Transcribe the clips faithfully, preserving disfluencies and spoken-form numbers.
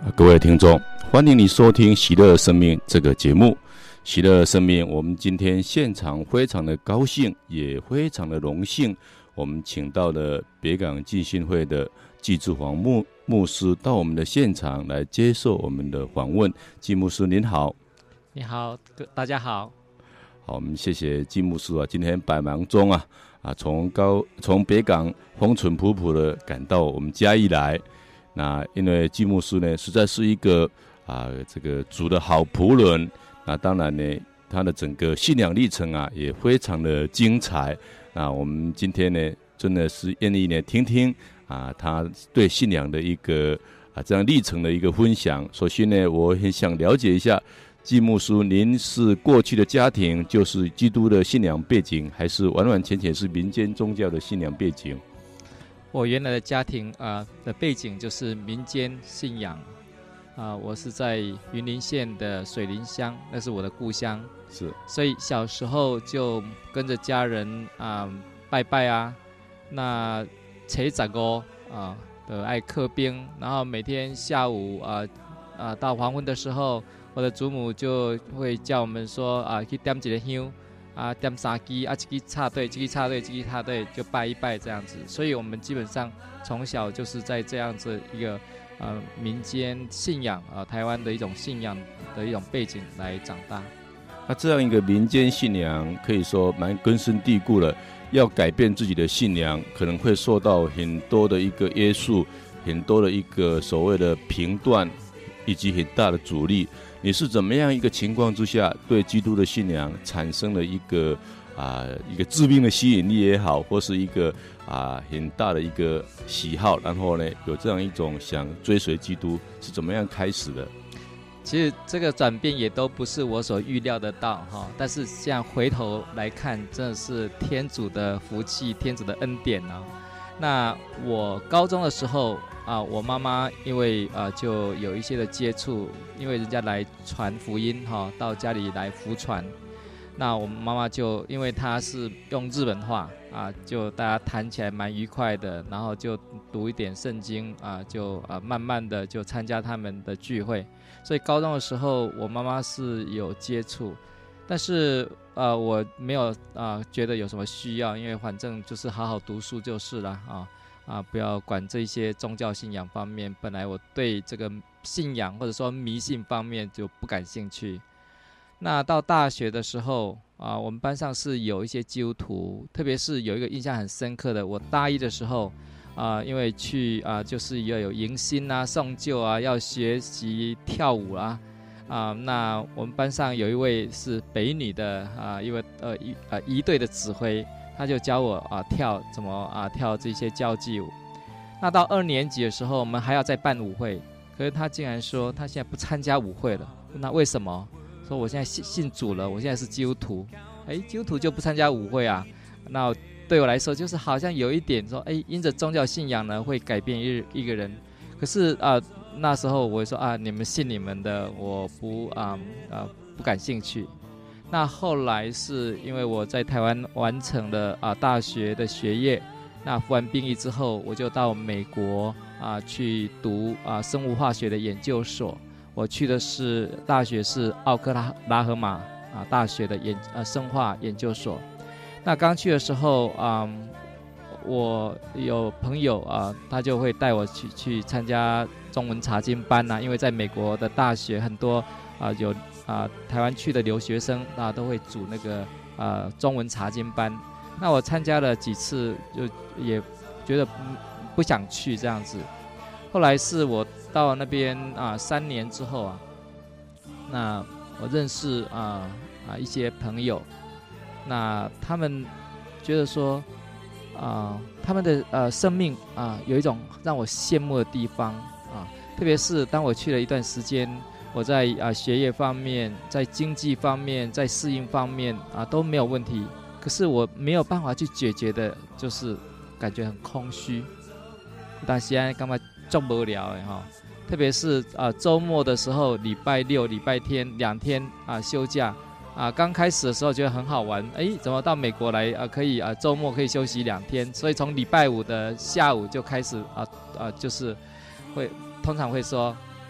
各位听众，欢迎你收听喜乐生命这个节目。喜乐生命，我们今天现场非常的高兴，也非常的荣幸，我们请到了北港浸信会的季志煌牧牧师到我们的现场来接受我们的访问。季牧师您好。 你好，大家好。 好，我们谢谢季牧师啊，今天百忙中啊啊，从高从北港风尘仆仆的赶到我们嘉义来。那因为季牧师呢，实在是一个啊这个主的好仆人。那当然呢，他的整个信仰历程啊，也非常的精彩。那我们今天呢，真的是愿意呢听听啊他对信仰的一个啊这样历程的一个分享。首先呢，我很想了解一下。季牧师，您是过去的家庭就是基督的信仰背景，还是完完全全是民间宗教的信仰背景？ 我原来的家庭啊、呃、的背景就是民间信仰啊、呃，我是在云林县的水林乡，那是我的故乡。 是， 所以小时候就跟着家人啊、呃、拜拜啊，那初十五啊的爱课兵，然后每天下午啊啊、呃呃、到黄昏的时候。我的祖母就会叫我们说啊，去点一个香啊，点三支啊，这个插队，这个插队，这个插队，就拜一拜这样子。所以我们基本上从小就是在这样子一个呃民间信仰啊，台湾的一种信仰的一种背景来长大。 那这样一个民间信仰可以说蛮根深蒂固了。要改变自己的信仰，可能会受到很多的一个约束，很多的一个所谓的评断，以及很大的阻力。你是怎么样一个情况之下，对基督的信仰产生了一个啊、呃、一个致命的吸引力也好，或是一个啊、呃、很大的一个喜好，然后呢有这样一种想追随基督，是怎么样开始的？ 其实这个转变也都不是我所预料得到哈，但是现在回头来看，真的是天主的福气，天主的恩典啊。那我高中的时候。啊，我妈妈因为啊就有一些的接触，因为人家来传福音哈、哦，到家里来福传。那我妈妈就因为她是用日本话啊，就大家谈起来蛮愉快的，然后就读一点圣经啊，就啊慢慢的就参加他们的聚会。所以高中的时候，我妈妈是有接触，但是呃我没有啊觉得有什么需要，因为反正就是好好读书就是了啊。啊，不要管这些宗教信仰方面，本来我对这个信仰或者说迷信方面就不感兴趣。那到大学的时候啊，我们班上是有一些基督徒，特别是有一个印象很深刻的，我大一的时候啊，因为去啊就是要有迎新啊、送旧啊，要学习跳舞啊。啊，那我们班上有一位是北女的啊，一位呃一呃一队的指挥。他就教我啊跳怎么啊跳这些交际舞。那到二年级的时候，我们还要再办舞会，可是他竟然说他现在不参加舞会了。那为什么？说我现在信信主了，我现在是基督徒。哎，基督徒就不参加舞会啊？那对我来说，就是好像有一点说，哎，因着宗教信仰呢，会改变一一个人。可是啊，那时候我说啊，你们信你们的，我不啊啊不感兴趣。那后来是因为我在台湾完成了啊大学的学业，那服完兵役之后，我就到美国啊去读啊生物化学的研究所。我去的是大学是奥克拉拉荷马啊大学的研呃生化研究所。那刚去的时候啊、嗯，我有朋友啊，他就会带我去去参加中文查经班呐、啊，因为在美国的大学很多啊有。啊，台湾去的留学生啊，都会组那个啊中文查经班。那我参加了几次，就也觉得不想去这样子。后来是我到那边啊三年之后啊，那我认识啊啊一些朋友，那他们觉得说啊他们的呃生命啊有一种让我羡慕的地方啊，特别是当我去了一段时间。我在啊学业方面，在经济方面，在适应方面啊都没有问题，可是我没有办法去解决的，就是感觉很空虚。但现在干嘛这么无聊哎哈？特别是啊周末的时候，礼拜六、礼拜天两天啊休假啊，刚开始的时候觉得很好玩，哎，怎么到美国来啊可以啊周末可以休息两天？所以从礼拜五的下午就开始啊啊就是会通常会说。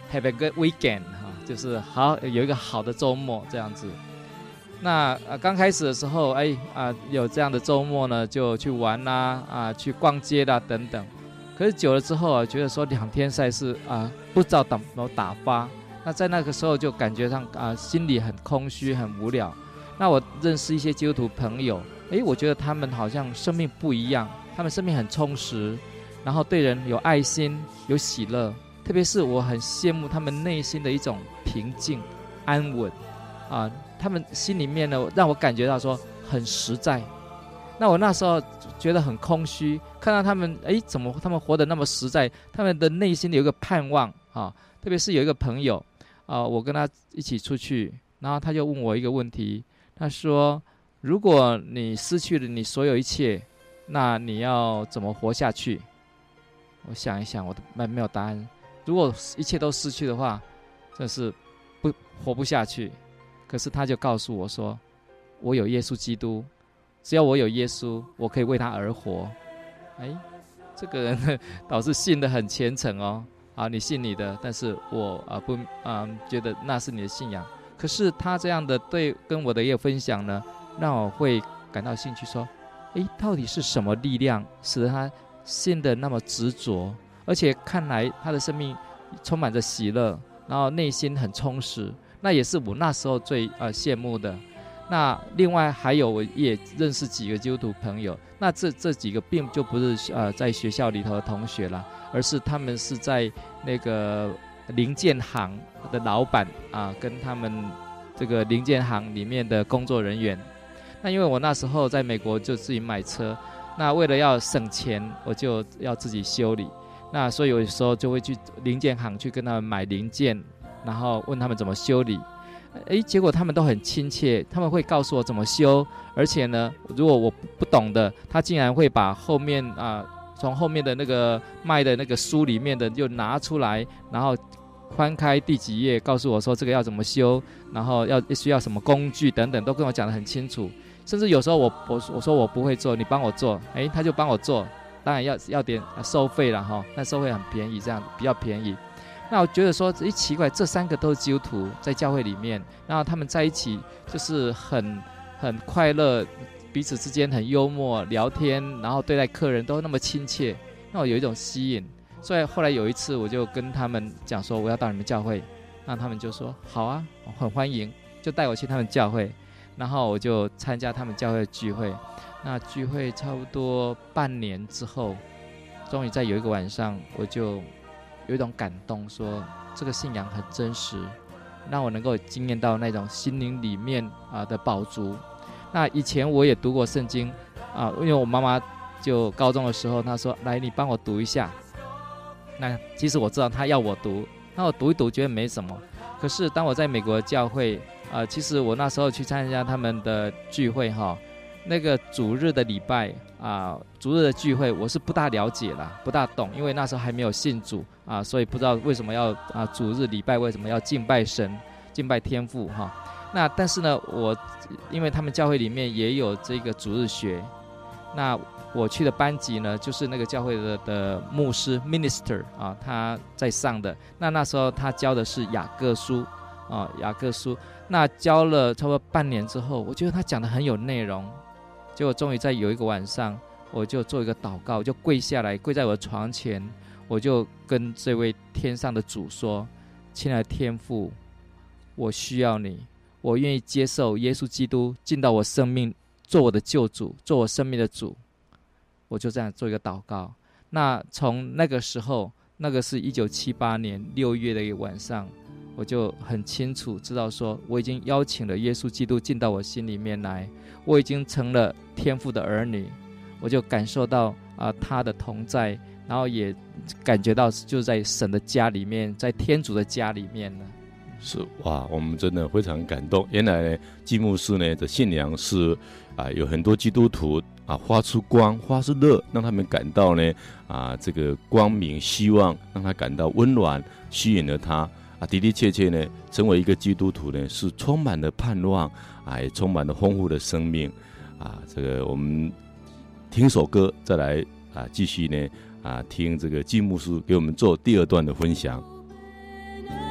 have a good weekend 哈，就是好有一个好的周末这样子。那呃刚开始的时候，哎啊有这样的周末呢，就去玩啦啊，去逛街啦等等。可是久了之后啊，觉得说两天赛事啊，不知道怎么打发。那在那个时候就感觉上啊，心里很空虚，很无聊。那我认识一些基督徒朋友，哎，我觉得他们好像生命不一样，他们生命很充实，然后对人有爱心，有喜乐。特别是我很羡慕他们内心的一种平静、安稳啊，他们心里面呢，让我感觉到说很实在。那我那时候觉得很空虚，看到他们，哎，怎么他们活得那么实在？他们的内心有一个盼望啊。特别是有一个朋友啊，我跟他一起出去，然后他就问我一个问题，他说：“如果你失去了你所有一切，那你要怎么活下去？”我想一想，我都没有答案。如果一切都失去的话，真是不活不下去。可是他就告诉我说：“我有耶稣基督，只要我有耶稣，我可以为他而活。”哎，这个人呢倒是信得很虔诚哦。啊，你信你的，但是我啊不啊觉得那是你的信仰。可是他这样的对跟我的一个分享呢，让我会感到兴趣，说：“哎，到底是什么力量使得他信得那么执着？而且看来他的生命充满着喜乐，然后内心很充实。那也是我那时候最呃羡慕的。那另外还有，我也认识几个基督徒朋友。那这这几个并就不是呃在学校里头的同学啦，而是他们是在那个零件行的老板啊，跟他们这个零件行里面的工作人员。那因为我那时候在美国就自己买车，那为了要省钱，我就要自己修理。那所以有时候就会去零件行去跟他们买零件，然后问他们怎么修理。诶，结果他们都很亲切，他们会告诉我怎么修，而且呢，如果我不懂的，他竟然会把后面啊，从后面的那个卖的那个书里面的就拿出来，然后翻开第几页，告诉我说这个要怎么修，然后要需要什么工具等等，都跟我讲得很清楚。甚至有时候我我我说我不会做，你帮我做，诶，他就帮我做，当然要要点收费了哈，但收费很便宜，这样比较便宜。那我觉得说，诶，奇怪，这三个都是基督徒，在教会里面，然后他们在一起就是很很快乐，彼此之间很幽默聊天，然后对待客人都那么亲切，让我有一种吸引。所以后来有一次，我就跟他们讲说，我要到你们教会，那他们就说好啊，很欢迎，就带我去他们教会，然后我就参加他们教会的聚会。那聚会差不多半年之后，终于在有一个晚上，我就有一种感动，说这个信仰很真实，让我能够经验到那种心灵里面啊的饱足。那以前我也读过圣经啊，因为我妈妈就高中的时候，她说来你帮我读一下。那其实我知道她要我读，那我读一读觉得没什么。可是当我在美国的教会啊，其实我那时候去参加他们的聚会哈，那个主日的礼拜啊，主日的聚会我是不大了解啦，不大懂，因为那时候还没有信主啊，所以不知道为什么要啊主日礼拜为什么要敬拜神、敬拜天父哈。那但是呢，我因为他们教会里面也有这个主日学，那我去的班级呢，就是那个教会的的牧师 minister 啊，他在上的。那那时候他教的是雅各书啊，雅各书。那教了差不多半年之后，我觉得他讲的很有内容。结果终于在有一个晚上，我就做一个祷告，就跪下来，跪在我的床前，我就跟这位天上的主说：“亲爱的天父，我需要你，我愿意接受耶稣基督进到我生命，做我的救主，做我生命的主。”我就这样做一个祷告。那从那个时候，那个是一九七八年六月的一个晚上，我就很清楚知道说，我已经邀请了耶稣基督进到我心里面来，我已经成了天父的儿女，我就感受到啊、呃、他的同在，然后也感觉到就在神的家里面，在天主的家里面了。 是哇，我们真的非常感动。原来季牧师呢的信仰是啊，有很多基督徒啊发出光，发出热，让他们感到呢啊这个光明希望，让他感到温暖，吸引了他啊的的确确呢，成为一个基督徒呢是充满了盼望啊，也充满了丰富的生命啊。这个我们听首歌，再来啊继续呢啊听这个季牧师给我们做第二段的分享。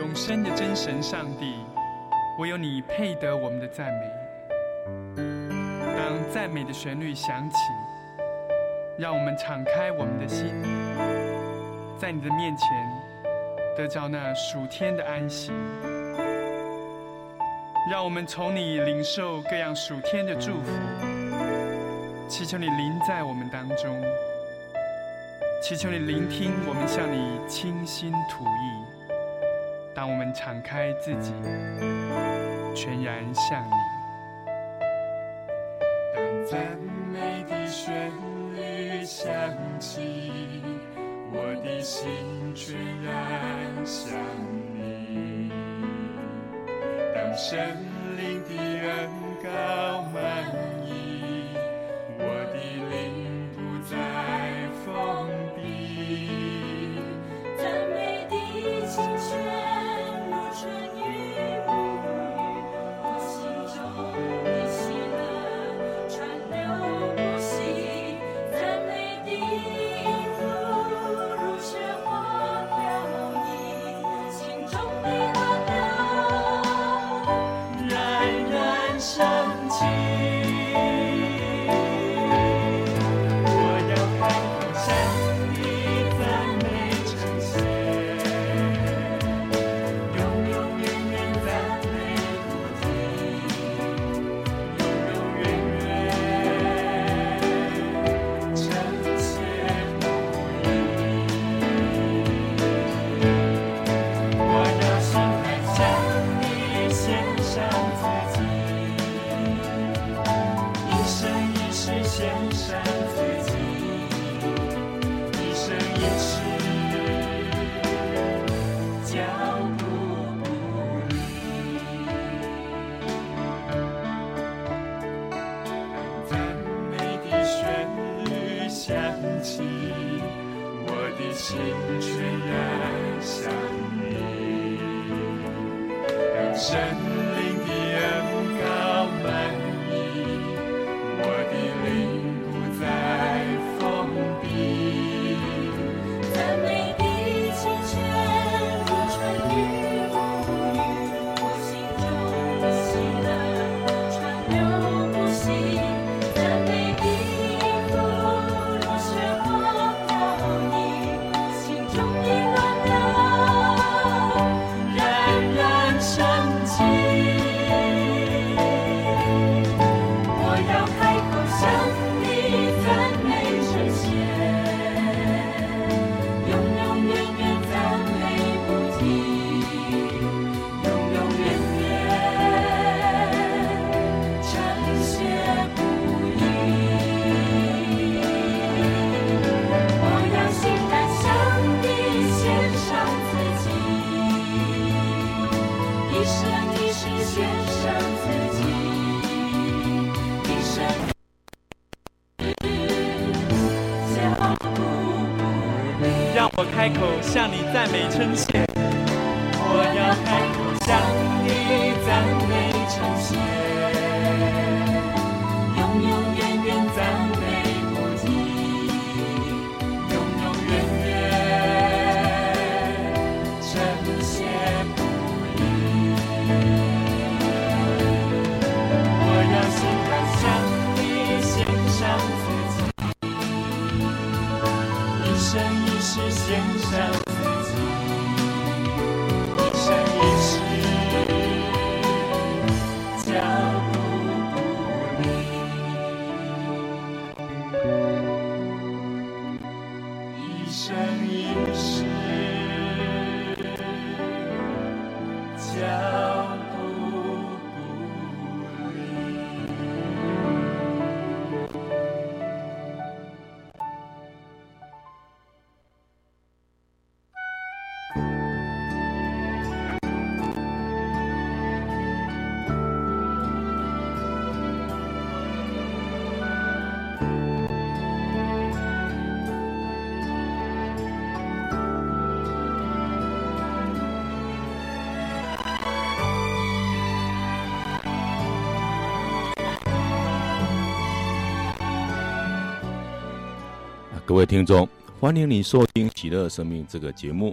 永生的真神上帝，唯有你配得我们的赞美。当赞美的旋律响起，让我们敞开我们的心，在你的面前得着那属天的安息。让我们从你领受各样属天的祝福，祈求你临在我们当中，祈求你聆听我们向你倾心吐意。当我们敞开自己，全然向你。 当赞美的旋律响起，我的心全然向你。当神灵的恩膏满溢，我的灵不再封闭。 赞美的清泉如春雨沐浴，我心中的喜乐川流不息。赞美的音符如雪花飘逸，心中的欢乐冉冉升起。心全然向你，让神灵的恩膏满溢，我的灵不再封闭。 赞美的清泉如春雨沐浴，我心中的喜乐川流不息。赞美的音符如雪花飘逸，中的欢乐冉冉升起。我要开口向你赞美称谢，永永远远赞美不停，永永远远称谢不已。我要心甘向你献上自己，一生一世献上自己，一生脚步不离。 让我开口向你赞美称谢， 我要开口向你赞美称谢，永永远远赞美不停，永永远远称谢不已。我要心甘向你献上自己，一生一世献上自己，一生一世脚步不离，一生一世脚步不离。 各位听众，欢迎你收听《喜乐生命》这个节目。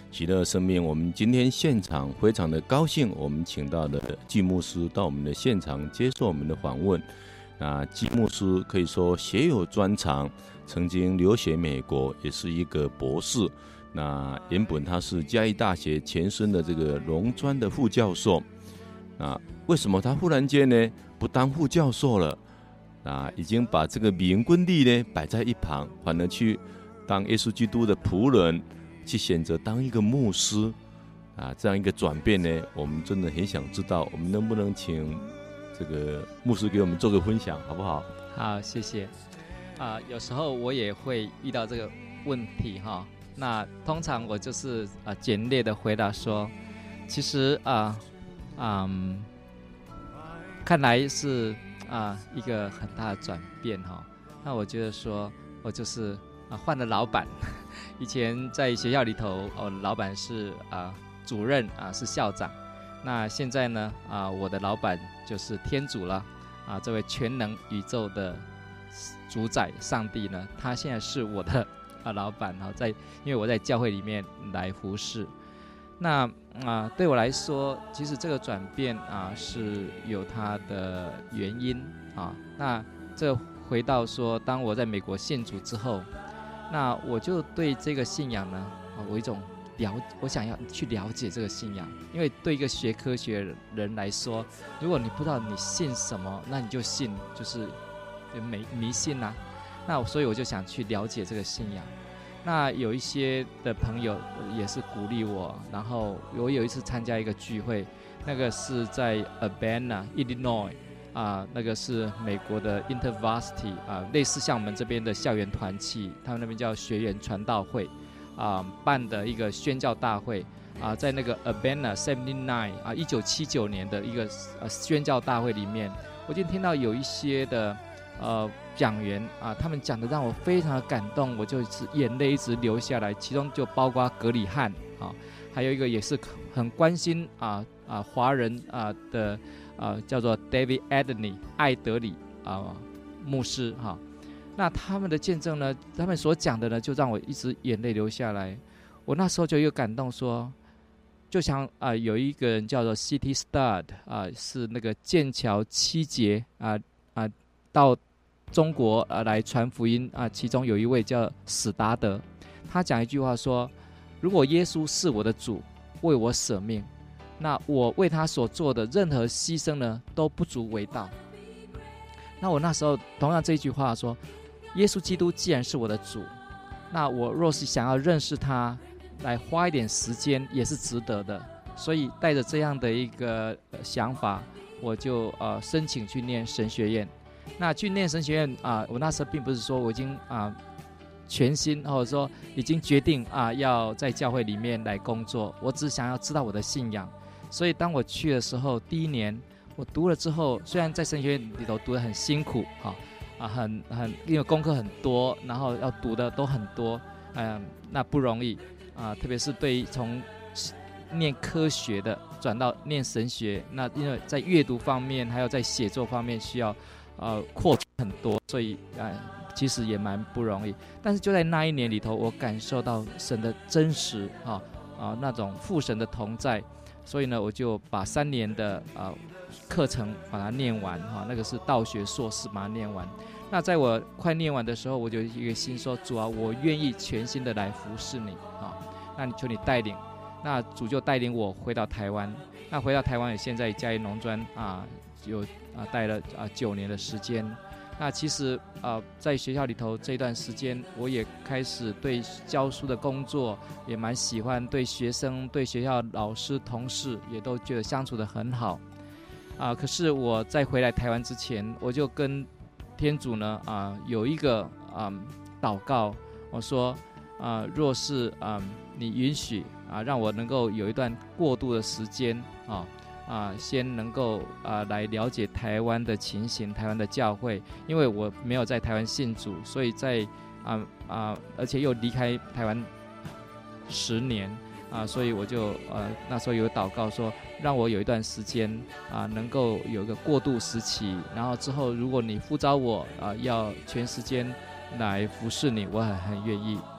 喜乐生命，我们今天现场非常的高兴，我们请到了季牧师到我们的现场接受我们的访问。那季牧师可以说学有专长，曾经留学美国，也是一个博士。那原本他是嘉义大学前身的这个农专的副教授。那为什么他忽然间呢不当副教授了？啊，已经把这个名跟利呢摆在一旁，反而去当耶稣基督的仆人。去选择当一个牧师啊，这样一个转变呢，我们真的很想知道，我们能不能请这个牧师给我们做个分享，好不好？ 好，谢谢。啊，有时候我也会遇到这个问题哈。那通常我就是啊简略的回答说，其实啊，嗯，看来是啊一个很大的转变哈。那我觉得说我就是啊换了老板。以前在学校里头，哦，老板是啊主任啊是校长，那现在呢啊我的老板就是天主了啊，这位全能宇宙的主宰上帝呢，他现在是我的啊老板哈，在因为我在教会里面来服侍，那啊对我来说，其实这个转变啊是有它的原因啊。那这回到说，当我在美国信主之后。那我就对这个信仰呢，啊，我有一种了，我想要去了解这个信仰，因为对一个学科学的人来说，如果你不知道你信什么，那你就信就是迷迷信啊。那所以我就想去了解这个信仰。那有一些的朋友也是鼓励我，然后我有一次参加一个聚会，那个是在 Urbana，Illinois。啊，那个是美国的 InterVarsity 啊，类似像我们这边的校园团契，他们那边叫学园传道会啊，办的一个宣教大会啊，在那个 Urbana seventy-nine 啊，一九七九年的一个呃宣教大会里面，我就听到有一些的呃讲员啊，他们讲的让我非常的感动，我就一直眼泪一直流下来，其中就包括葛理翰啊，还有一个也是很关心啊啊华人啊的。呃，叫做 David Adney 艾德里啊、呃、牧师哈，那他们的见证呢，他们所讲的呢，就让我一直眼泪流下来。我那时候就有感动说，就像啊、呃、有一个人叫做 City Stud 啊、呃，是那个剑桥七杰啊啊、呃、到中国啊、呃、来传福音啊、呃，其中有一位叫史达德，他讲一句话说，如果耶稣是我的主，为我舍命。那我为他所做的任何牺牲呢，都不足为道。那我那时候同样这一句话说，耶稣基督既然是我的主，那我若是想要认识他，来花一点时间也是值得的。所以带着这样的一个、呃、想法，我就呃申请去念神学院。那去念神学院啊、呃，我那时候并不是说我已经啊、呃、全心或者说已经决定啊、呃、要在教会里面来工作，我只想要知道我的信仰。所以当我去的时候，第一年我读了之后，虽然在神学院里头读得很辛苦，哈啊很很因为功课很多，然后要读的都很多，嗯、呃，那不容易啊、呃，特别是对于从念科学的转到念神学，那因为在阅读方面还有在写作方面需要呃扩充很多，所以啊、呃、其实也蛮不容易。但是就在那一年里头，我感受到神的真实啊啊那种父神的同在。所以呢，我就把三年的呃课程把它念完哈，那个是道学硕士，把它念完。那在我快念完的时候，我就一个心说：主啊，我愿意全心的来服侍你啊！那你求你带领。那主就带领我回到台湾。那回到台湾，也现在嘉义农专啊，有啊带了啊九年的时间。那其实呃，在学校里头这段时间，我也开始对教书的工作也蛮喜欢，对学生、对学校老师、同事也都觉得相处得很好。啊、呃，可是我在回来台湾之前，我就跟天主呢啊、呃、有一个啊、呃、祷告，我说啊、呃，若是啊、呃、你允许啊、呃，让我能够有一段过渡的时间啊。啊，先能够啊来了解台湾的情形，台湾的教会，因为我没有在台湾信主，所以在啊啊，而且又离开台湾十年啊，所以我就呃那时候有祷告说，让我有一段时间啊能够有一个过渡时期，然后之后如果你呼召我啊要全时间来服侍你，我很很愿意。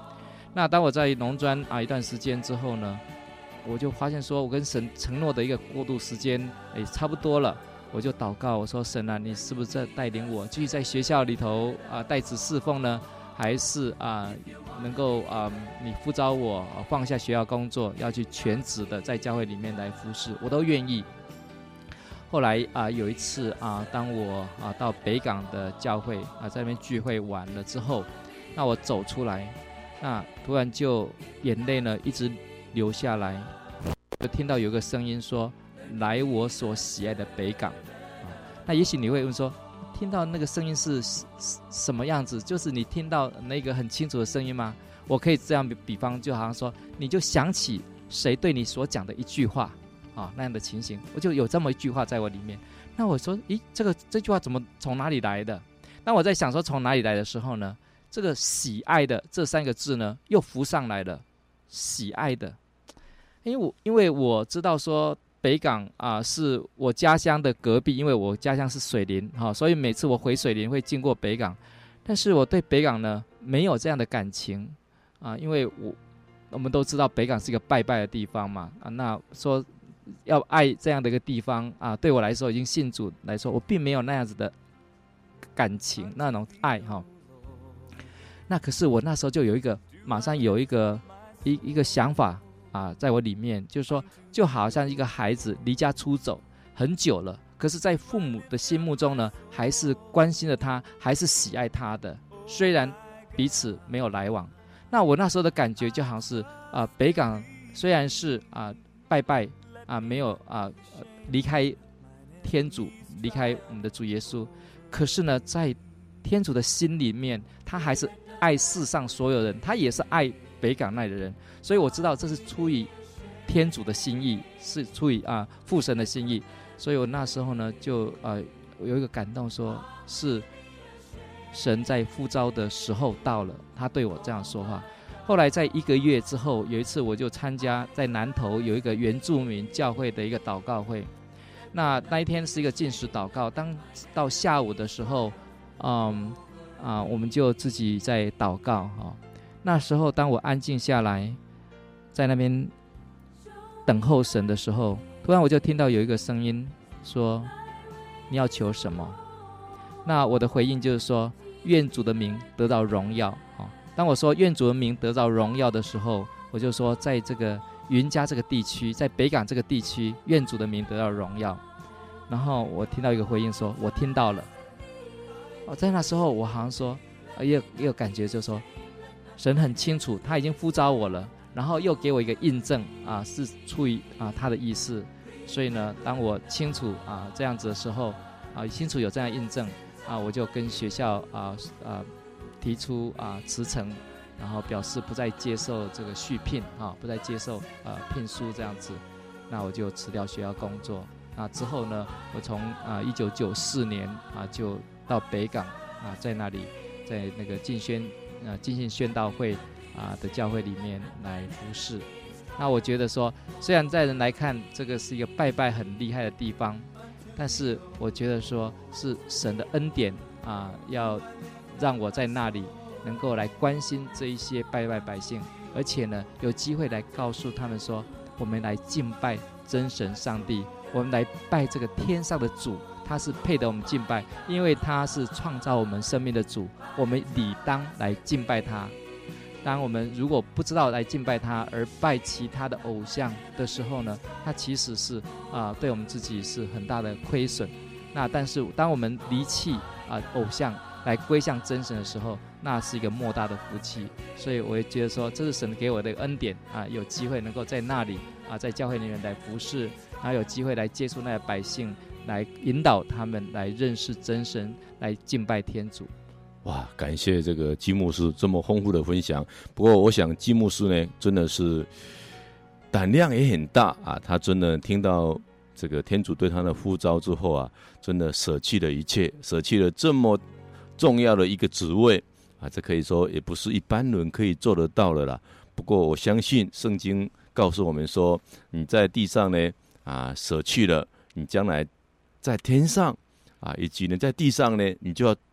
那当我在农专啊一段时间之后呢，我就发现说，我跟神承诺的一个过渡时间，哎，差不多了。我就祷告，我说神啊，你是不是在带领我继续在学校里头啊带子侍奉呢？还是啊能够啊你呼召我放下学校工作，要去全职的在教会里面来服侍，我都愿意。后来啊有一次啊，当我啊到北港的教会啊在那边聚会完了之后，那我走出来，那突然就眼泪呢一直流下来，就听到有个声音说，来我所喜爱的北港。啊、那也许你会问说，听到那个声音是什么样子？就是你听到那个很清楚的声音吗？我可以这样比比方，就好像说，你就想起谁对你所讲的一句话啊，那样的情形，我就有这么一句话在我里面。那我说，咦，这个这句话怎么从哪里来的？当我在想说从哪里来的时候呢，这个喜爱的这三个字呢，又浮上来了。喜爱的，因为我因为我知道说北港啊、呃、是我家乡的隔壁，因为我家乡是水林哈、哦，所以每次我回水林会经过北港，但是我对北港呢没有这样的感情啊、呃，因为我我们都知道北港是一个拜拜的地方嘛啊，那说要爱这样的一个地方啊，对我来说已经信主来说，我并没有那样子的感情那种爱哈、哦。那可是我那时候就有一个马上有一个一一个想法啊，在我里面，就是说，就好像一个孩子离家出走很久了，可是，在父母的心目中呢，还是关心着他，还是喜爱他的，虽然彼此没有来往。那我那时候的感觉就好像是啊，北港虽然是啊拜拜啊，没有啊离开天主，离开我们的主耶稣，可是呢，在天主的心里面，他还是爱世上所有人，他也是爱北港那里的人，所以我知道这是出于天主的心意，是出于啊父神的心意，所以我那时候呢就呃有一个感动说，说是神在呼召的时候到了，他对我这样说话。后来在一个月之后，有一次我就参加在南投有一个原住民教会的一个祷告会，那那一天是一个禁食祷告，当到下午的时候，嗯啊我们就自己在祷告哈。哦那时候，当我安静下来，在那边等候神的时候，突然我就听到有一个声音说：“你要求什么？”那我的回应就是说：“愿主的名得到荣耀。”哦，当我说“愿主的名得到荣耀”的时候，我就说，在这个云嘉这个地区，在北港这个地区，愿主的名得到荣耀。然后我听到一个回应说：“我听到了。”哦，在那时候，我好像说，也有也有感觉，就是说。神很清楚，他已经呼召我了，然后又给我一个印证啊，是出于啊他的意思。所以呢，当我清楚啊这样子的时候，啊清楚有这样印证啊，我就跟学校啊啊提出啊辞呈，然后表示不再接受这个续聘啊，不再接受呃聘书这样子。那我就辞掉学校工作。那之后呢，我从啊一九九四年啊就到北港啊，在那里在那个进宣。呃，进行宣道会啊、呃、的教会里面来服侍。那我觉得说，虽然在人来看这个是一个拜拜很厉害的地方，但是我觉得说是神的恩典啊、呃，要让我在那里能够来关心这一些拜拜百姓，而且呢，有机会来告诉他们说，我们来敬拜真神上帝，我们来拜这个天上的主。他是配得我们敬拜，因为他是创造我们生命的主，我们理当来敬拜他。当我们如果不知道来敬拜他，而拜其他的偶像的时候呢，他其实是啊、呃，对我们自己是很大的亏损。那但是当我们离弃啊、呃、偶像，来归向真神的时候，那是一个莫大的福气。所以我也觉得说，这是神给我的恩典啊、呃，有机会能够在那里啊、呃，在教会里面来服侍，然后有机会来接触那些百姓。来引导他们来认识真神，来敬拜天主。 哇，感谢这个基牧师这么丰富的分享。不过，我想基牧师呢，真的是胆量也很大啊。他真的听到这个天主对他的呼召之后啊，真的舍弃了一切，舍弃了这么重要的一个职位啊，这可以说也不是一般人可以做得到的啦。不过，我相信圣经告诉我们说，你在地上呢啊舍弃了，你将来在天上啊，以及呢在地上呢，你就要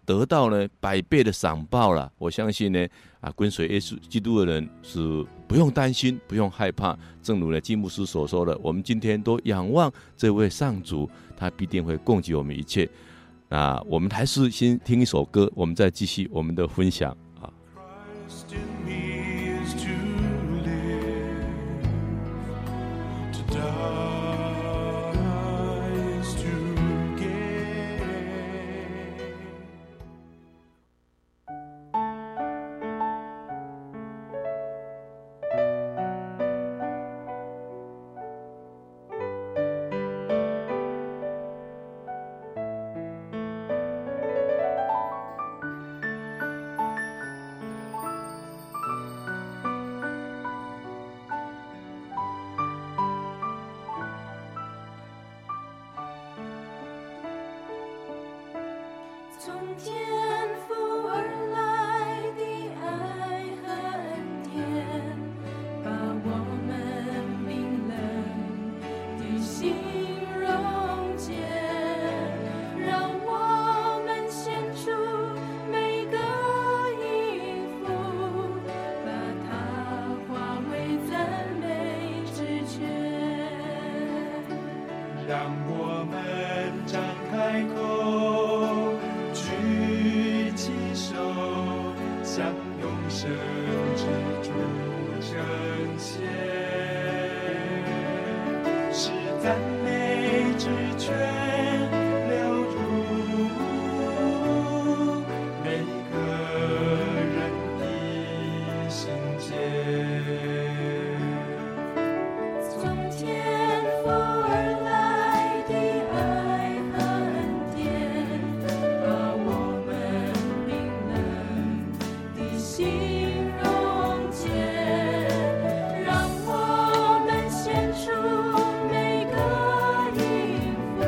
得到呢百倍的赏报了。我相信呢啊，跟随耶稣基督的人是不用担心，不用害怕。正如呢基牧师所说的，我们今天都仰望这位上主，他必定会供给我们一切。那我们还是先听一首歌，我们再继续我们的分享啊。 从天父而来的爱和恩典，把我们冰冷的心溶解，让我们献出每个音符，把它化为赞美之泉， 让我们张开口，举起手，向永生之主称谢，使赞美之泉流入每个人的心间。 从天父而来的爱和恩典，把我们冰冷的心溶解，让我们献出每个音符，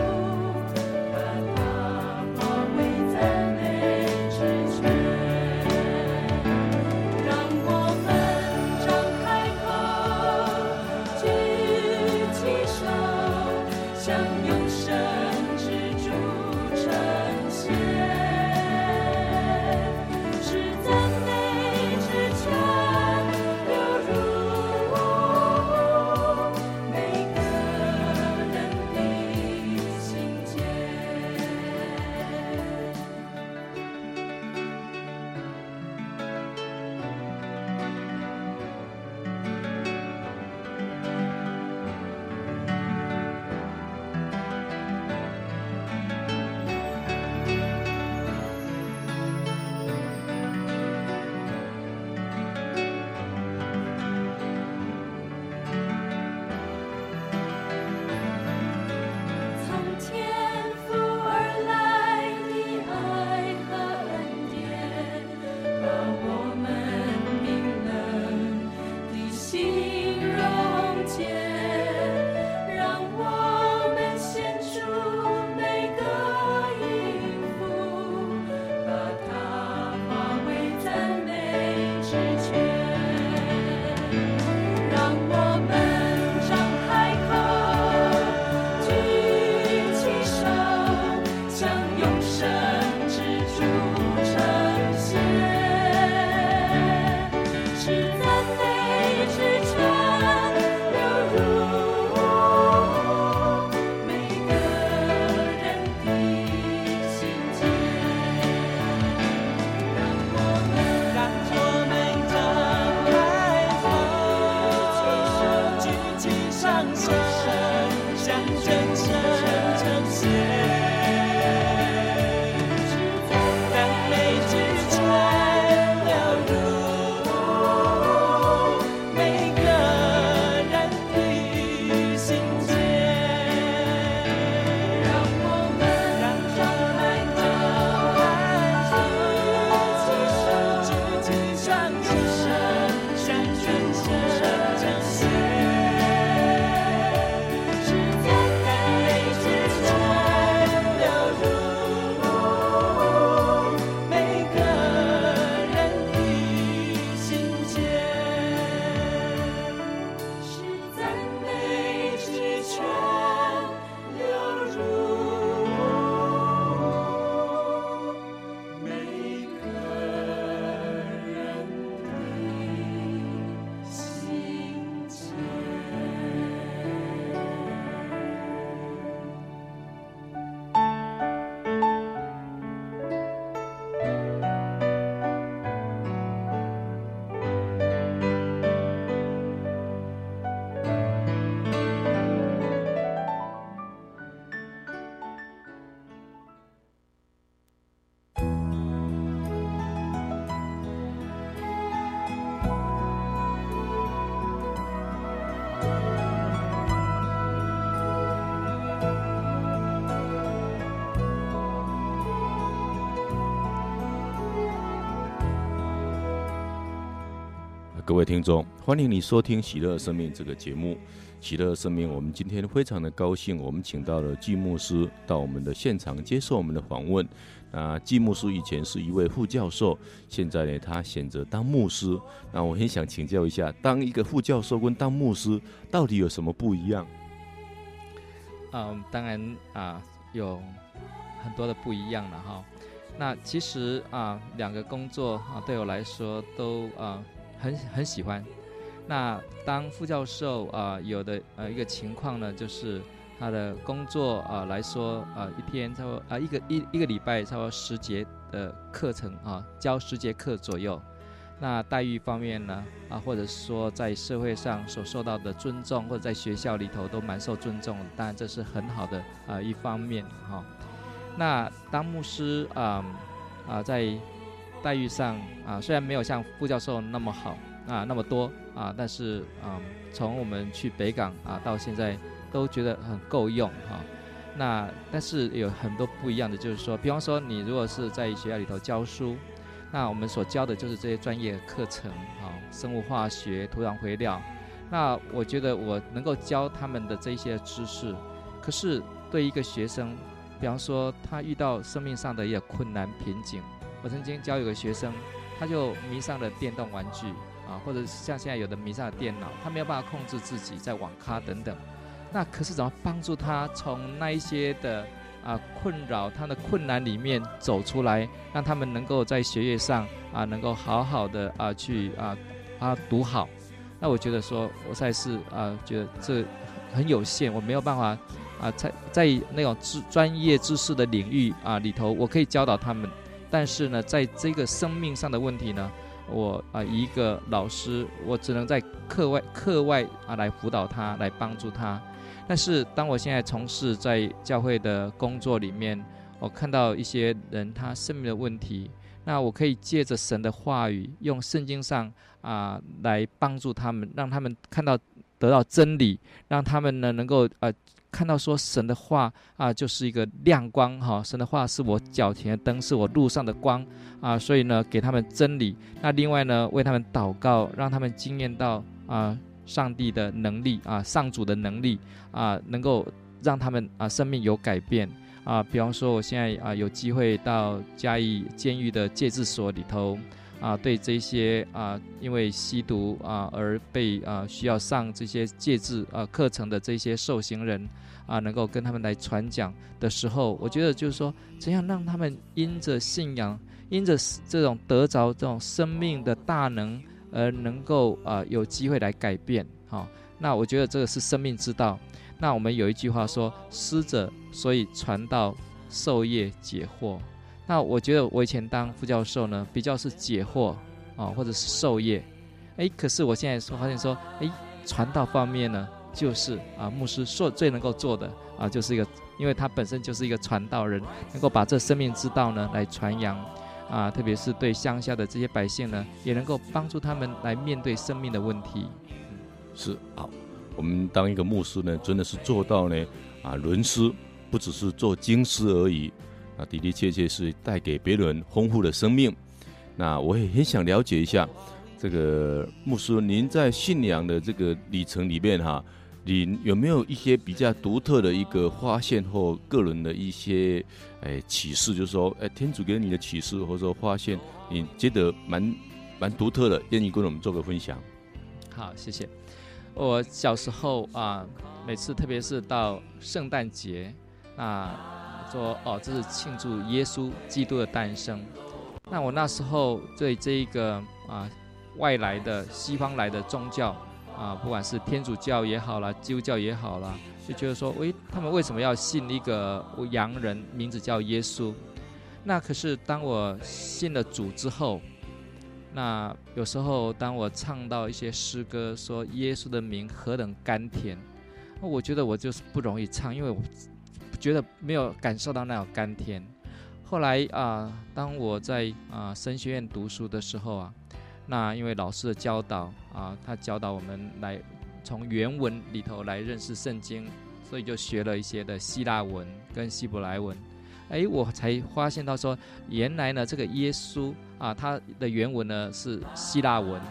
各位听众，欢迎你收听喜乐生命这个节目。喜乐生命，我们今天非常的高兴，我们请到了季牧师到我们的现场接受我们的访问。那季牧师以前是一位副教授，现在呢，他选择当牧师。那我很想请教一下，当一个副教授跟当牧师到底有什么不一样？ 嗯，当然啊，有很多的不一样了哈。那其实啊，两个工作啊，对我来说都啊很很喜欢。那当副教授啊，有的呃一个情况呢，就是他的工作啊来说啊，一天差不多啊一个一一个礼拜差不多十节的课程啊，教十节课左右。那待遇方面呢啊，或者说在社会上所受到的尊重，或者在学校里头都蛮受尊重的，当然这是很好的啊一方面哈、啊。那当牧师啊啊，在待遇上啊，虽然没有像副教授那么好啊那么多啊，但是啊，从我们去北港啊到现在都觉得很够用哈、啊。那但是有很多不一样的，就是说，比方说你如果是在学校里头教书，那我们所教的就是这些专业课程啊，生物化学、土壤肥料。那我觉得我能够教他们的这些知识，可是对一个学生，比方说他遇到生命上的一个困难瓶颈，我曾经教有个学生，他就迷上了电动玩具啊，或者像现在有的迷上了电脑，他没有办法控制自己在网咖等等。那可是怎么帮助他从那一些的啊困扰、他的困难里面走出来，让他们能够在学业上啊能够好好的啊去啊啊读好。那我觉得说，我才是啊觉得这很有限，我没有办法啊在在那种知专业知识的领域啊里头，我可以教导他们。但是呢，在这个生命上的问题呢，我啊一个老师，我只能在课外课外啊来辅导他，来帮助他。但是当我现在从事在教会的工作里面，我看到一些人他生命的问题，那我可以借着神的话语，用圣经上啊来帮助他们，让他们看到得到真理，让他们呢能够啊看到说神的话啊就是一个亮光哈、哦，神的话是我脚前的灯，是我路上的光啊，所以呢给他们真理。那另外呢为他们祷告，让他们经验到啊上帝的能力啊，上主的能力啊，能够让他们啊生命有改变啊。比方说我现在啊有机会到嘉义监狱的戒治所里头啊，对这些啊因为吸毒啊而被啊需要上这些戒治啊课程的这些受刑人啊，能够跟他们来传讲的时候，我觉得就是说，怎样让他们因着信仰，因着这种得着这种生命的大能，而能够啊、呃、有机会来改变，好、哦，那我觉得这个是生命之道。那我们有一句话说，师者，所以传道授业解惑。那我觉得我以前当副教授呢，比较是解惑啊、哦，或者是授业。哎，可是我现在说发现说，哎，传道方面呢，就是啊牧师所最能够做的啊，就是一个，因为他本身就是一个传道人，能够把这生命之道呢来传扬。啊，特别是对乡下的这些百姓呢，也能够帮助他们来面对生命的问题。 是好，我们当一个牧师呢，真的是做到呢啊，伦师不只是做经师而已，啊，的的确确是带给别人丰富的生命。那我也很想了解一下，这个牧师您在信仰的这个里程里面哈、啊，你有没有一些比较独特的一个发现或个人的一些哎启示，就是说哎天主给你的启示，或者说发现你觉得蛮蛮独特的，愿意跟我们做个分享。 好，谢谢。我小时候啊，每次特别是到圣诞节，那说哦这是庆祝耶稣基督的诞生，那我那时候对这一个啊外来的西方来的宗教。啊，不管是天主教也好啦，基督教也好啦，就觉得说，喂，他们为什么要信一个洋人，名字叫耶稣？那可是当我信了主之后，那有时候当我唱到一些诗歌，说耶稣的名何等甘甜，我觉得我就是不容易唱，因为我觉得没有感受到那种甘甜。后来啊，当我在啊神学院读书的时候啊。那因为老师的教导啊，他教导我们来从原文里头来认识圣经，所以就学了一些的希腊文跟希伯来文。哎，我才发现到说，原来呢这个耶稣啊，他的原文呢是希腊文，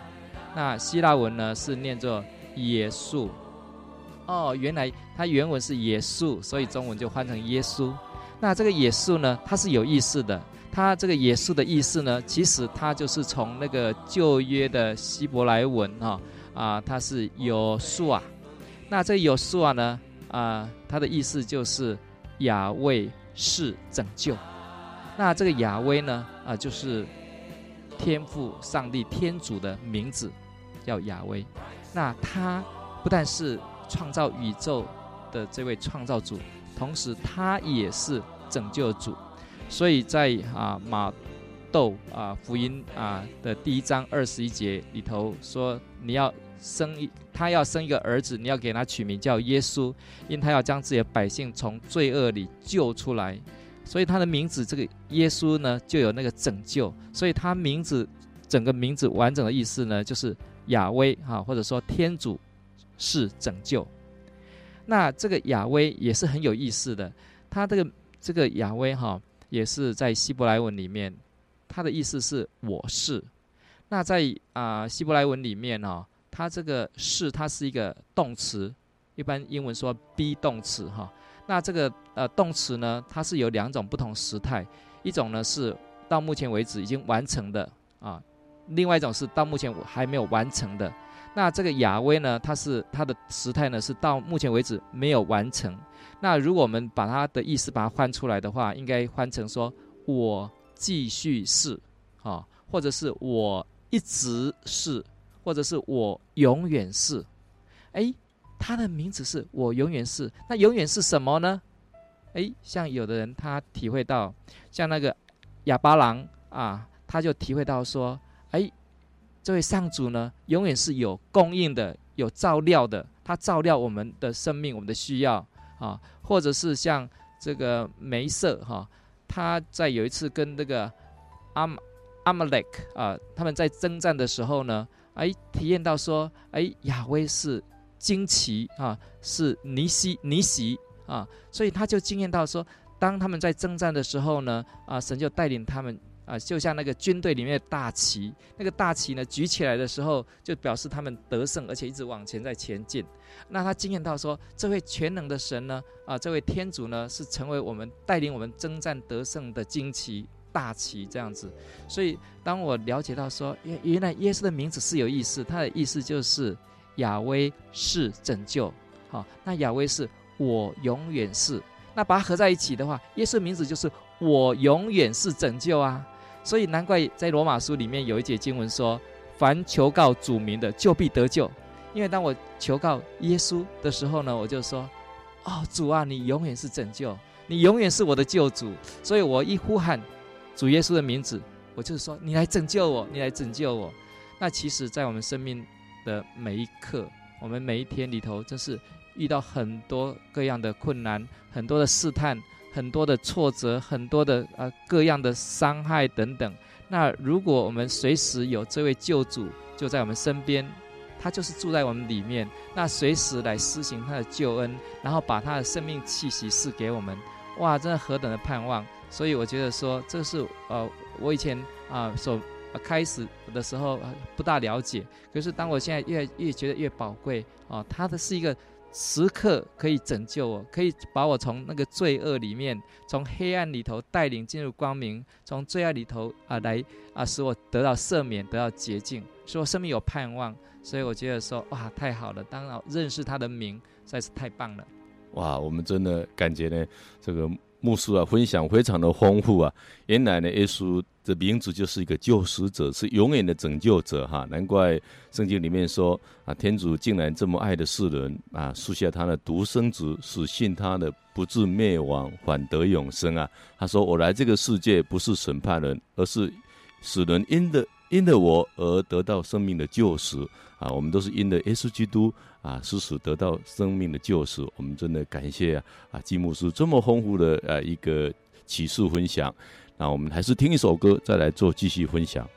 那希腊文呢是念作耶稣。哦，原来它原文是耶稣，所以中文就翻成耶稣。那这个耶稣呢，它是有意思的。它这个耶稣的意思呢，其实它就是从那个旧约的希伯来文哈啊，它是有数啊。那这个有数啊呢啊，它的意思就是亚威是拯救。那这个亚威呢啊，就是天父上帝天主的名字，叫亚威。那他不但是创造宇宙的这位创造主，同时他也是拯救主。所以在啊马窦啊福音啊的第一章二十一节里头说，你要生一他要生一个儿子，你要给他取名叫耶稣，因他要将自己的百姓从罪恶里救出来。所以他的名字这个耶稣呢，就有那个拯救。所以他名字整个名字完整的意思呢，就是亚威哈，或者说天主是拯救。那这个亚威也是很有意思的，他这个这个亚威哈，也是在希伯来文里面，它的意思是我是。那在啊、呃、希伯来文里面哈、哦，它这个是它是一个动词，一般英文说 be 动词哈。那这个呃动词呢，它是有两种不同时态，一种呢是到目前为止已经完成的啊，另外一种是到目前还没有完成的。那这个亚威呢，它是它的时态呢是到目前为止没有完成。那如果我们把它的意思把它翻出来的话，应该翻成说我继续是啊，或者是我一直是，或者是我永远是。哎，他的名字是我永远是，那永远是什么呢？哎，像有的人他体会到，像那个亚巴郎啊，他就体会到说，哎，这位上主呢，永远是有供应的，有照料的，他照料我们的生命，我们的需要啊。或者是像这个梅瑟哈、啊，他在有一次跟那个阿阿玛雷克啊，他们在征战的时候呢，哎，体验到说，哎，亚威是旌旗啊，是尼西尼西啊，所以他就经验到说，当他们在征战的时候呢，啊，神就带领他们啊，就像那个军队里面的大旗，那个大旗呢举起来的时候，就表示他们得胜，而且一直往前在前进。那他经验到说，这位全能的神呢，啊，这位天主呢，是成为我们带领我们征战得胜的旌旗大旗这样子。所以当我了解到说，原原来耶稣的名字是有意思，他的意思就是亚威是拯救。好，那亚威是我永远是，那把它合在一起的话，耶稣的名字就是我永远是拯救啊。所以难怪在罗马书里面有一节经文说，凡求告主名的就必得救。因为当我求告耶稣的时候呢，我就说，哦，主啊，你永远是拯救，你永远是我的救主。所以我一呼喊主耶稣的名字，我就是说，你来拯救我，你来拯救我。那其实在我们生命的每一刻，我们每一天里头，真是遇到很多各样的困难，很多的试探，很多的挫折，很多的呃各样的伤害等等。那如果我们随时有这位救主就在我们身边，他就是住在我们里面，那随时来施行他的救恩，然后把他的生命气息赐给我们，哇，真的何等的盼望！所以我觉得说，这是呃我以前啊、呃、所、呃、开始的时候、呃、不大了解，可是当我现在越越觉得越宝贵啊、呃，他的是一个时刻可以拯救我，可以把我从那个罪恶里面，从黑暗里头带领进入光明，从罪恶里头啊、呃、来啊、呃、使我得到赦免，得到洁净，使我生命有盼望。所以我觉得说，哇，太好了！当然认识他的名，实在是太棒了。 哇，我们真的感觉呢，这个牧师啊分享非常的丰富啊。原来呢，耶稣的名字就是一个救赎者，是永远的拯救者哈。难怪圣经里面说啊，天主竟然这么爱的世人啊，赐下他的独生子，使信他的不至灭亡，反得永生啊。他说：“我来这个世界不是审判人，而是使人因的因了我而得到生命的救赎。”啊，我们都是因着耶稣基督啊，使使得到生命的救赎。我们真的感谢啊，啊，季牧师这么丰富的呃、啊、一个启示分享。那我们还是听一首歌，再来做继续分享。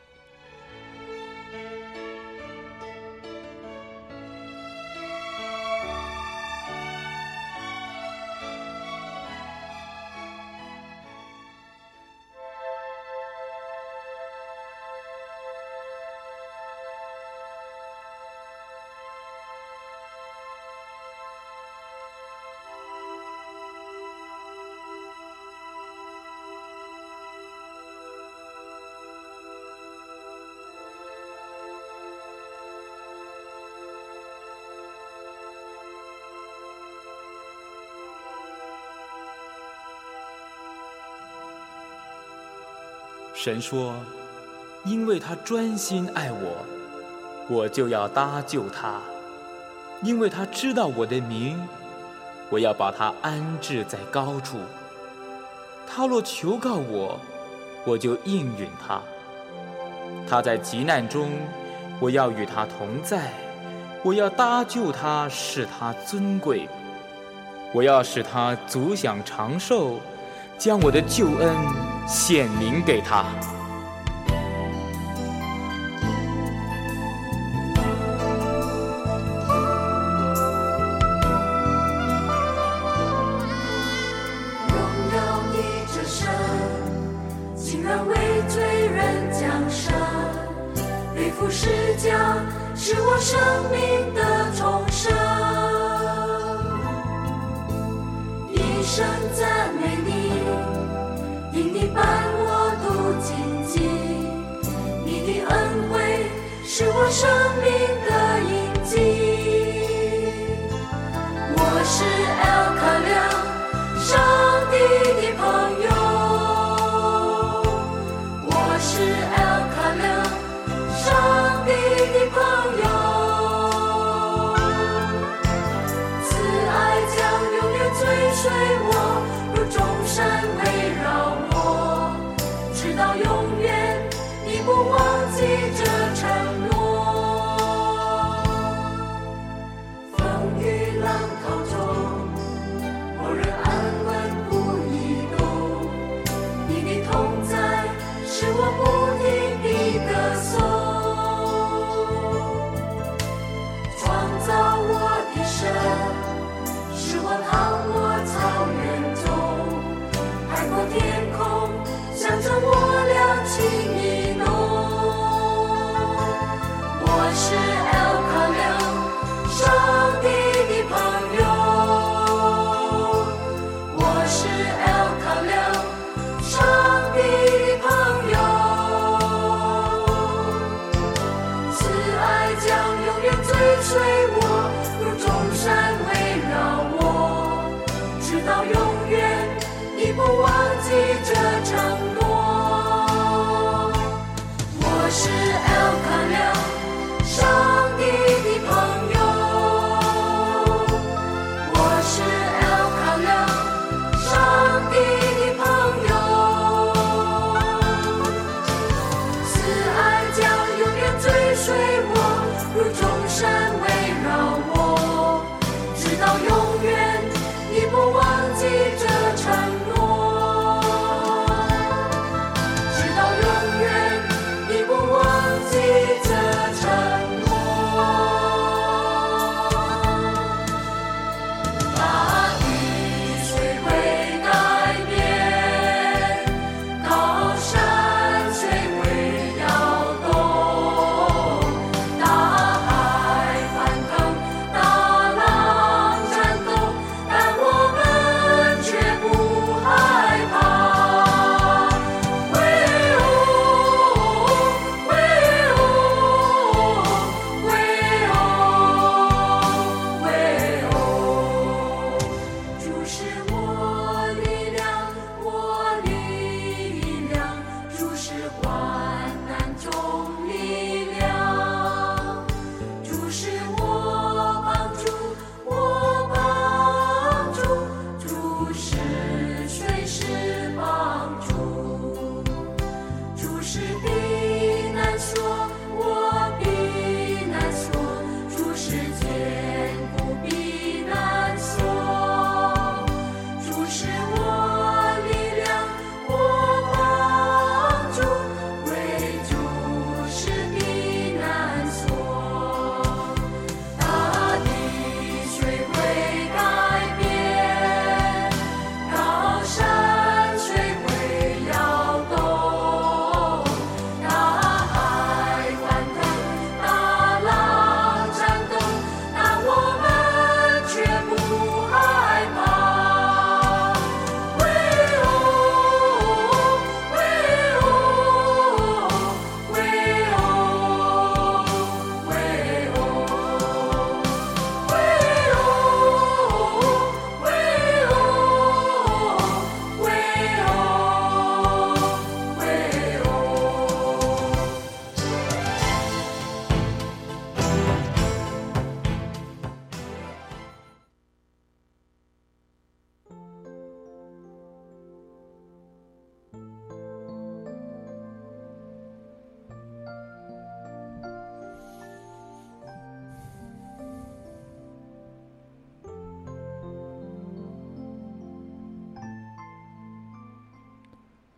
神说，因为他专心爱我，我就要搭救他，因为他知道我的名，我要把他安置在高处。他若求告我，我就应允他。他在急难中，我要与他同在，我要搭救他，使他尊贵。我要使他足享长寿，将我的救恩显明给他。 是家，是我生命的重生。一生赞美你，因你伴我度荆棘，你的恩惠是我生命的印记。我是 El Kaliam， 上帝的朋友。我是 El Kaliam，上帝的朋友，慈爱将永远追随我，如众山围绕我，直到永远，你不忘记这承诺。风雨浪涛中，我仍安稳不移动，你的同在是我不停的歌颂。使我躺卧草原中，海阔天空，向着我俩情意浓。我是 El Kaliam， 上帝的朋友。我是 El Kaliam， 上帝的朋友。慈爱将永远追随我，众山围绕我，直到永远，你不忘记这承诺。我是 El Kaliam， 上帝的朋友。我是 El Kaliam， 上帝的朋友。慈爱将永远追随我，如众山围绕我，直到永远，你不忘记这承诺。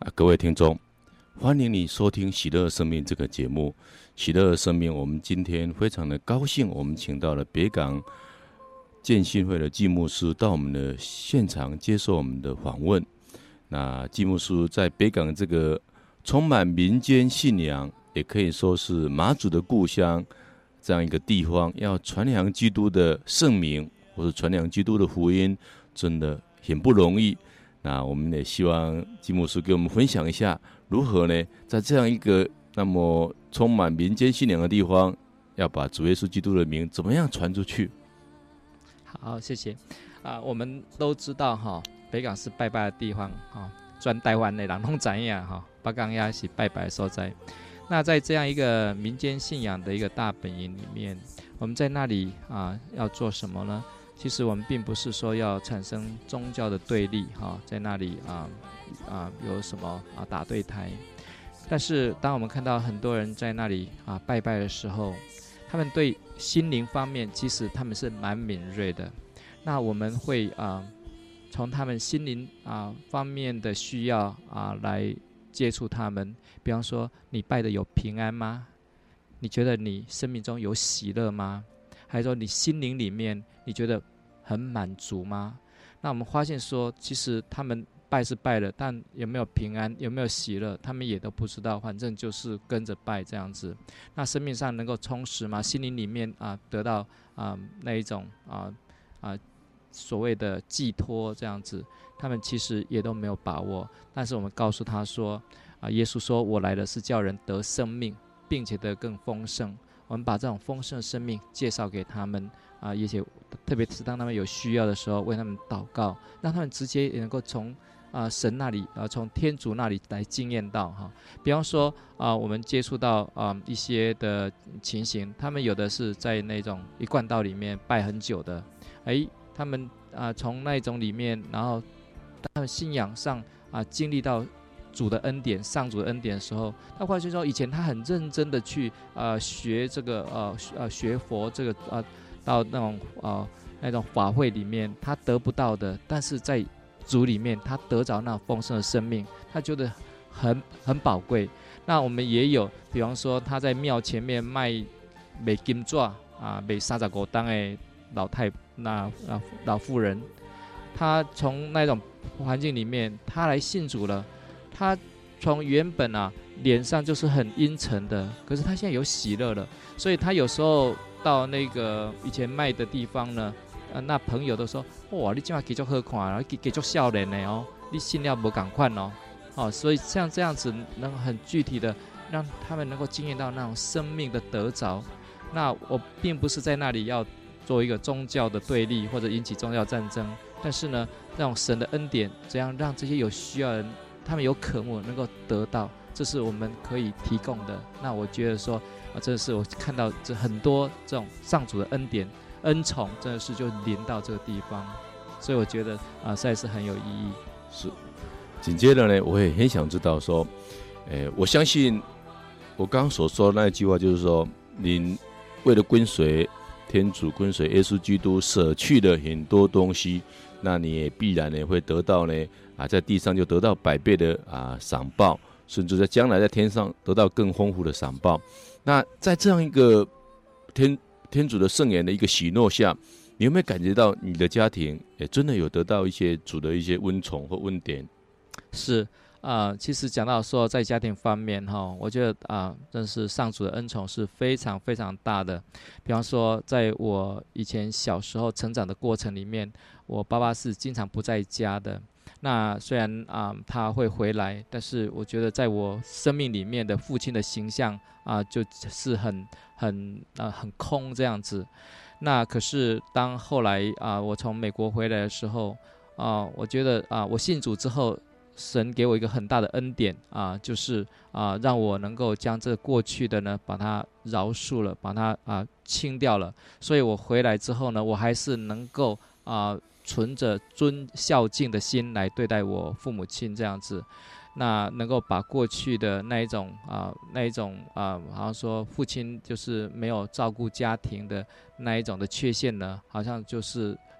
啊，各位听众，欢迎你收听《喜乐生命》这个节目。喜乐生命，我们今天非常的高兴，我们请到了北港建信会的季牧师到我们的现场接受我们的访问。那季牧师在北港这个充满民间信仰，也可以说是马祖的故乡这样一个地方，要传扬基督的圣名，或者传扬基督的福音，真的很不容易。那我们也希望季牧师给我们分享一下，如何呢，在这样一个那么充满民间信仰的地方，要把主耶稣基督的名怎么样传出去？ 好，谢谢。啊、我们都知道哈，北港是拜拜的地方哈，全台湾的人拢知影哈，北港也是拜拜的所在。那在这样一个民间信仰的一个大本营里面，我们在那里啊要做什么呢？其实我们并不是说要产生宗教的对立哈，在那里啊啊有什么啊打对台。但是当我们看到很多人在那里啊拜拜的时候，他们对心灵方面其实他们是蛮敏锐的。那我们会啊从他们心灵啊方面的需要啊来接触他们。比方说，你拜的有平安吗？你觉得你生命中有喜乐吗？还是说你心灵里面你觉得很满足吗？那我们发现说，其实他们拜是拜了，但有没有平安，有没有喜乐，他们也都不知道，反正就是跟着拜这样子。那生命上能够充实吗？心灵里面啊得到啊那一种啊啊所谓的寄托这样子，他们其实也都没有把握。但是我们告诉他说啊，耶稣说我来的是叫人得生命，并且得更丰盛。我们把这种丰盛的生命介绍给他们啊，而且特别是当他们有需要的时候，为他们祷告，让他们直接也能够从啊神那里啊，从天主那里来经验到哈。比方说啊，我们接触到啊一些的情形，他们有的是在那种一贯道里面拜很久的，哎，他们啊从那种里面，然后他们信仰上啊经历到主的恩典，上主的恩典的时候，他发现说，以前他很认真的去呃学这个呃呃学佛这个呃到那种呃那种法会里面，他得不到的，但是在主里面他得着那丰盛的生命，他觉得很很宝贵。那我们也有，比方说他在庙前面卖卖金纸啊，卖三十五当的老太那啊老妇人，他从那种环境里面，他来信主了。他从原本啊脸上就是很阴沉的，可是他现在有喜乐了，所以他有时候到那个以前卖的地方呢，呃，那朋友都说，哇，你今晚继续好看，然后继续笑脸呢哦，你信了不赶快哦，哦，所以像这样子能很具体的让他们能够经验到那种生命的得着。那我并不是在那里要做一个宗教的对立或者引起宗教战争，但是呢，那种神的恩典，怎样让这些有需要的人，他们有渴慕能够得到，这是我们可以提供的。那我觉得说，啊，真的是我看到这很多这种上主的恩典、恩宠，真的是就临到这个地方，所以我觉得啊，实在是很有意义。 是。紧接着呢，我也很想知道说，诶，我相信我刚刚所说的那一句话，就是说，您为了跟随天主、跟随耶稣基督，舍去了很多东西，那你也必然呢会得到呢。啊，在地上就得到百倍的啊赏报，甚至在将来在天上得到更丰富的赏报。那在这样一个天天主的圣言的一个喜诺下，你有没有感觉到你的家庭也真的有得到一些主的一些恩宠或恩典？ 是啊、呃，其实讲到说在家庭方面哈，我觉得啊、呃，真是上主的恩宠是非常非常大的。比方说，在我以前小时候成长的过程里面，我爸爸是经常不在家的。那虽然啊、呃、他会回来，但是我觉得在我生命里面的父亲的形象啊、呃，就是很很啊、呃、很空这样子。那可是当后来啊、呃、我从美国回来的时候啊、呃，我觉得啊、呃、我信主之后，神给我一个很大的恩典啊、呃，就是啊、呃、让我能够将这过去的呢把它饶恕了，把它啊、呃、清掉了。所以我回来之后呢，我还是能够啊。呃存着尊孝敬的心来对待我父母亲这样子，那能够把过去的那一种啊、呃、那一种啊、呃，好像说父亲就是没有照顾家庭的那一种的缺陷呢，好像就是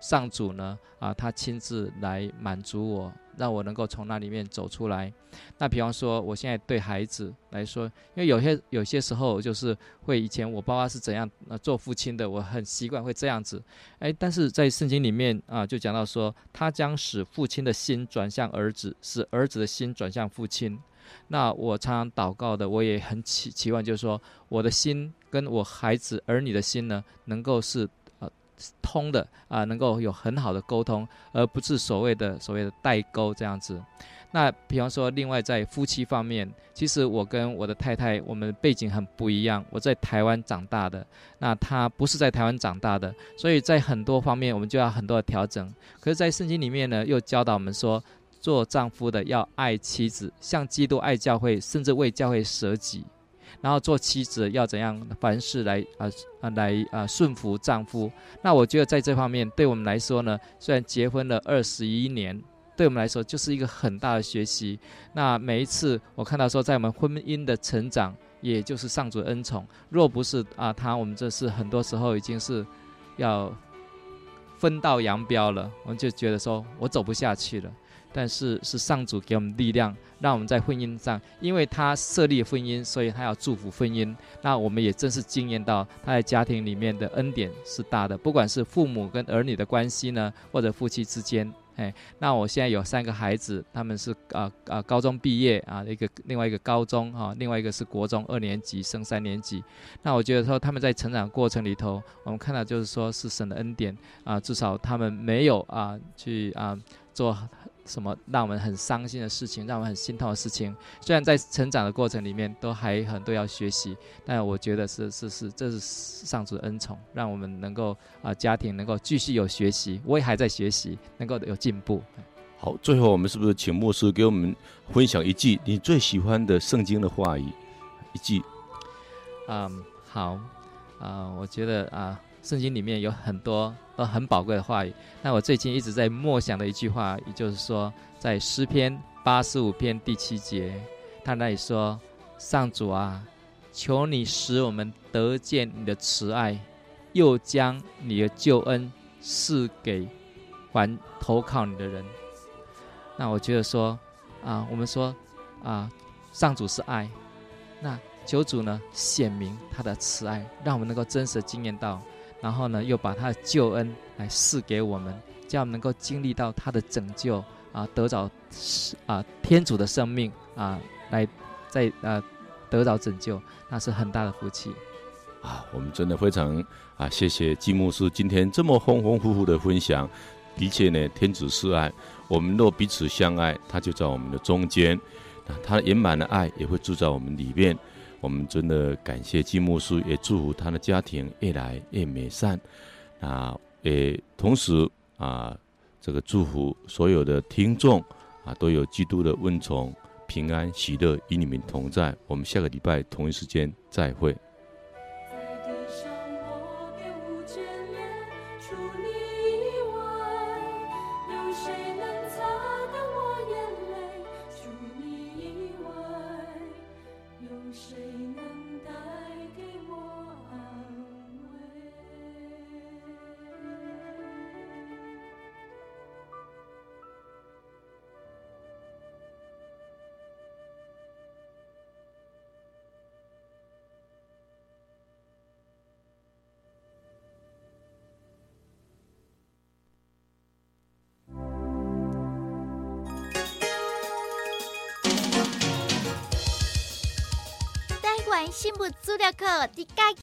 上主呢啊，他亲自来满足我，让我能够从那里面走出来。那比方说，我现在对孩子来说，因为有些有些时候就是会以前我爸爸是怎样呃做父亲的，我很习惯会这样子，哎，但是在圣经里面啊，就讲到说，他将使父亲的心转向儿子，使儿子的心转向父亲。那我常常祷告的，我也很期期望，就是说，我的心跟我孩子儿女的心呢，能够是呃通的啊、呃，能够有很好的沟通，而不是所谓的所谓的代沟这样子。那比方说，另外在夫妻方面，其实我跟我的太太，我们背景很不一样。我在台湾长大的，那她不是在台湾长大的，所以在很多方面我们就要很多的调整。可是，在圣经里面呢，又教导我们说，做丈夫的要爱妻子，像基督爱教会，甚至为教会舍己。然后做妻子要怎样凡事来啊啊来啊顺服丈夫。那我觉得在这方面对我们来说呢，虽然结婚了二十一年，对我们来说就是一个很大的学习。那每一次我看到说，在我们婚姻的成长，也就是上主的恩宠。若不是啊他，我们这是很多时候已经是要分道扬镳了，我们就觉得说我走不下去了。但是是上主给我们力量，让我们在婚姻上，因为他设立婚姻，所以他要祝福婚姻。那我们也真是经验到他在家庭里面的恩典是大的，不管是父母跟儿女的关系呢，或者夫妻之间。哎，那我现在有三个孩子，他们是啊啊、呃呃、高中毕业啊，一个另外一个高中啊，另外一个是国中二年级升三年级。那我觉得说他们在成长过程里头，我们看到就是说是神的恩典啊，至少他们没有啊去啊做什么让我们很伤心的事情，让我们很心痛的事情。虽然在成长的过程里面都还很多要学习，但我觉得是是是，这是上主的恩宠，让我们能够啊家庭能够继续有学习，我也还在学习，能够有进步。 好，最后我们是不是请牧师给我们分享一句你最喜欢的圣经的话语？一句。 嗯，好，啊，我觉得啊。圣经里面有很多都很宝贵的话语，那我最近一直在默想的一句话，也就是说，在诗篇八十五篇第七节，他那里说：“上主啊，求你使我们得见你的慈爱，又将你的救恩赐给还投靠你的人。”那我觉得说啊，我们说啊，上主是爱，那求主呢显明他的慈爱，让我们能够真实的经验到。然后呢，又把他的救恩来赐给我们，叫我们能够经历到他的拯救啊，得着啊天主的生命啊，来在呃得着拯救，那是很大的福气啊！我们真的非常啊，谢谢季牧师今天这么丰丰富富的分享。的确呢，天主是爱，我们若彼此相爱，他就在我们的中间，那他圆满的爱也会住在我们里面。我们真的感谢季牧师，也祝福他的家庭越来越美善。那也同时啊，这个祝福所有的听众啊，都有基督的恩宠、平安、喜乐与你们同在。我们下个礼拜同一时间再会。 在地上我别无眷恋，除你以外，有谁能擦干我眼泪？除你以外，有谁能带给我安慰？ 台湾新闻资料库伫家